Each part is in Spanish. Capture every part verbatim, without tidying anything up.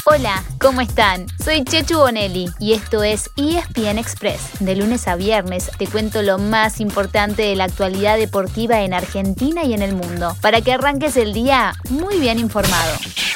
Hola, ¿cómo están? Soy Chechu Bonelli y esto es E S P N Express. De lunes a viernes te cuento lo más importante de la actualidad deportiva en Argentina y en el mundo, para que arranques el día muy bien informado.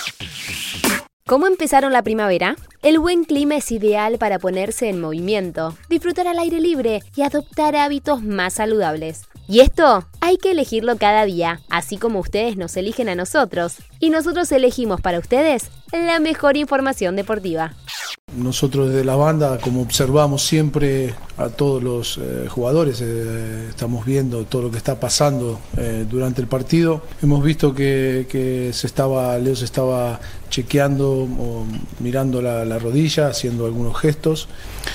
¿Cómo empezaron la primavera? El buen clima es ideal para ponerse en movimiento, disfrutar al aire libre y adoptar hábitos más saludables. Y esto hay que elegirlo cada día, así como ustedes nos eligen a nosotros. Y nosotros elegimos para ustedes la mejor información deportiva. Nosotros desde la banda, como observamos siempre a todos los eh, jugadores, eh, estamos viendo todo lo que está pasando eh, durante el partido. Hemos visto que, que se estaba, Leo se estaba chequeando o mirando la, la rodilla, haciendo algunos gestos.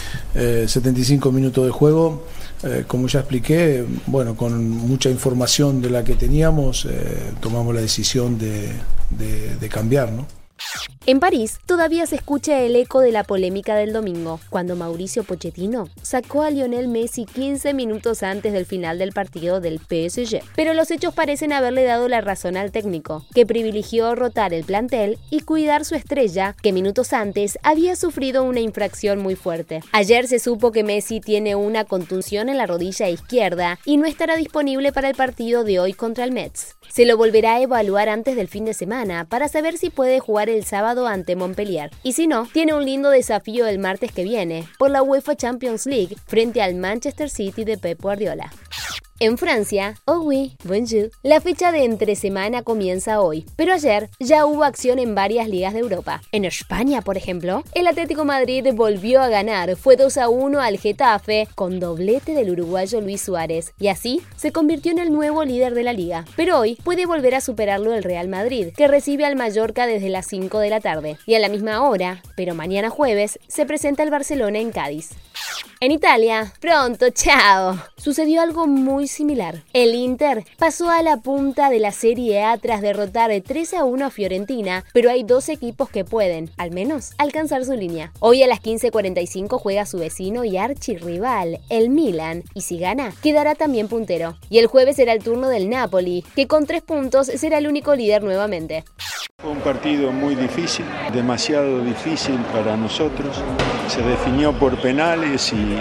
Eh, setenta y cinco minutos de juego. Eh, como ya expliqué, bueno, con mucha información de la que teníamos, eh, tomamos la decisión de, de, de cambiar, ¿no? En París todavía se escucha el eco de la polémica del domingo, cuando Mauricio Pochettino sacó a Lionel Messi quince minutos antes del final del partido del P S G. Pero los hechos parecen haberle dado la razón al técnico, que privilegió rotar el plantel y cuidar su estrella, que minutos antes había sufrido una infracción muy fuerte. Ayer se supo que Messi tiene una contusión en la rodilla izquierda y no estará disponible para el partido de hoy contra el Metz. Se lo volverá a evaluar antes del fin de semana para saber si puede jugar el sábado ante Montpellier. Y si no, tiene un lindo desafío el martes que viene por la UEFA Champions League frente al Manchester City de Pep Guardiola. En Francia, oh oui, bonjour, la fecha de entre semana comienza hoy, pero ayer ya hubo acción en varias ligas de Europa. En España, por ejemplo, el Atlético Madrid volvió a ganar, fue dos a uno al Getafe con doblete del uruguayo Luis Suárez, y así se convirtió en el nuevo líder de la liga. Pero hoy puede volver a superarlo el Real Madrid, que recibe al Mallorca desde las cinco de la tarde. Y a la misma hora, pero mañana jueves, se presenta el Barcelona en Cádiz. En Italia, pronto, chao. Sucedió algo muy similar. El Inter pasó a la punta de la Serie A tras derrotar tres a uno a Fiorentina, pero hay dos equipos que pueden, al menos, alcanzar su línea. Hoy a las quince cuarenta y cinco juega su vecino y archirrival, el Milan, y si gana, quedará también puntero. Y el jueves será el turno del Napoli, que con tres puntos será el único líder nuevamente. Fue un partido muy difícil, demasiado difícil para nosotros. Se definió por penales y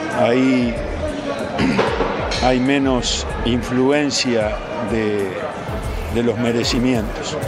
ahí hay menos influencia de, de los merecimientos.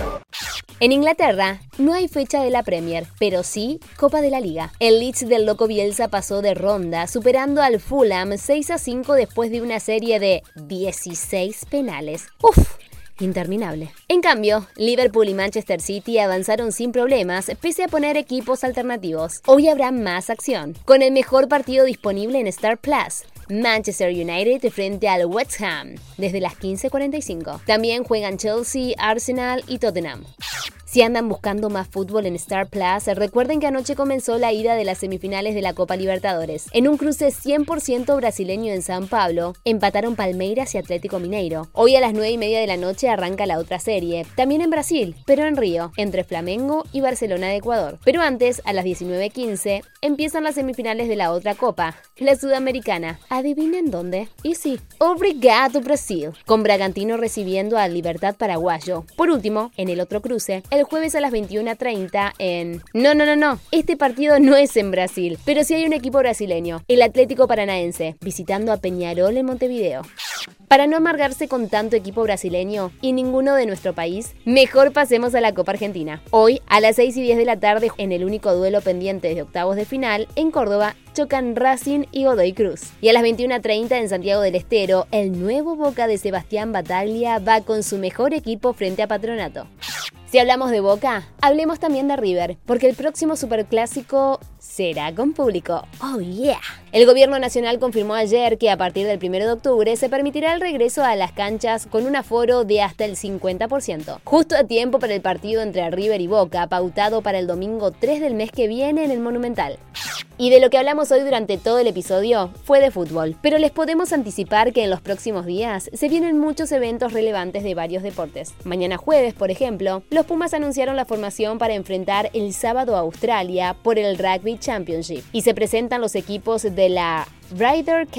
En Inglaterra no hay fecha de la Premier, pero sí Copa de la Liga. El Leeds del Loco Bielsa pasó de ronda, superando al Fulham seis a cinco después de una serie de dieciséis penales. ¡Uf! Interminable. En cambio, Liverpool y Manchester City avanzaron sin problemas, pese a poner equipos alternativos. Hoy habrá más acción, con el mejor partido disponible en Star Plus. Manchester United frente al West Ham, desde las quince cuarenta y cinco. También juegan Chelsea, Arsenal y Tottenham. Si andan buscando más fútbol en Star Plus, recuerden que anoche comenzó la ida de las semifinales de la Copa Libertadores. En un cruce cien por ciento brasileño en San Pablo, empataron Palmeiras y Atlético Mineiro. Hoy a las nueve y media de la noche arranca la otra serie, también en Brasil, pero en Río, entre Flamengo y Barcelona de Ecuador. Pero antes, a las diecinueve quince, empiezan las semifinales de la otra Copa, la Sudamericana. ¿Adivinen dónde? Y sí, obrigado Brasil, con Bragantino recibiendo al Libertad Paraguayo. Por último, en el otro cruce, el jueves a las veintiuna treinta en... No, no, no, no. Este partido no es en Brasil, pero sí hay un equipo brasileño, el Atlético Paranaense, visitando a Peñarol en Montevideo. Para no amargarse con tanto equipo brasileño y ninguno de nuestro país, mejor pasemos a la Copa Argentina. Hoy, a las seis y diez de la tarde, en el único duelo pendiente de octavos de final, en Córdoba, chocan Racing y Godoy Cruz. Y a las veintiuna treinta en Santiago del Estero, el nuevo Boca de Sebastián Bataglia va con su mejor equipo frente a Patronato. Si hablamos de Boca, hablemos también de River, porque el próximo superclásico será con público. ¡Oh, yeah! El gobierno nacional confirmó ayer que a partir del primero de octubre se permitirá el regreso a las canchas con un aforo de hasta el cincuenta por ciento. Justo a tiempo para el partido entre River y Boca, pautado para el domingo tres del mes que viene en el Monumental. Y de lo que hablamos hoy durante todo el episodio fue de fútbol, pero les podemos anticipar que en los próximos días se vienen muchos eventos relevantes de varios deportes. Mañana jueves, por ejemplo, los Pumas anunciaron la formación para enfrentar el sábado a Australia por el Rugby Championship y se presentan los equipos de la Ryder Cup.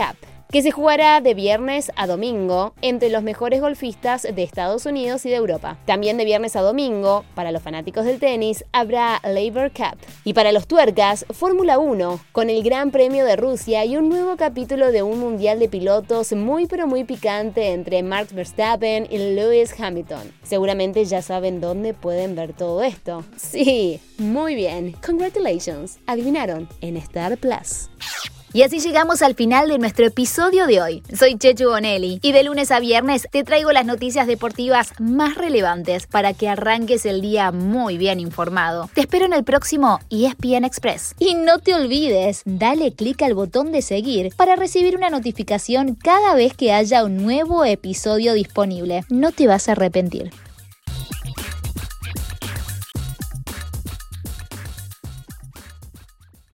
que se jugará de viernes a domingo entre los mejores golfistas de Estados Unidos y de Europa. También de viernes a domingo, para los fanáticos del tenis, habrá Laver Cup. Y para los tuercas, Fórmula uno, con el Gran Premio de Rusia y un nuevo capítulo de un mundial de pilotos muy pero muy picante entre Max Verstappen y Lewis Hamilton. Seguramente ya saben dónde pueden ver todo esto. Sí, muy bien. Congratulations. Adivinaron, en Star Plus. Y así llegamos al final de nuestro episodio de hoy. Soy Chechu Bonelli y de lunes a viernes te traigo las noticias deportivas más relevantes para que arranques el día muy bien informado. Te espero en el próximo E S P N Express. Y no te olvides, dale clic al botón de seguir para recibir una notificación cada vez que haya un nuevo episodio disponible. No te vas a arrepentir.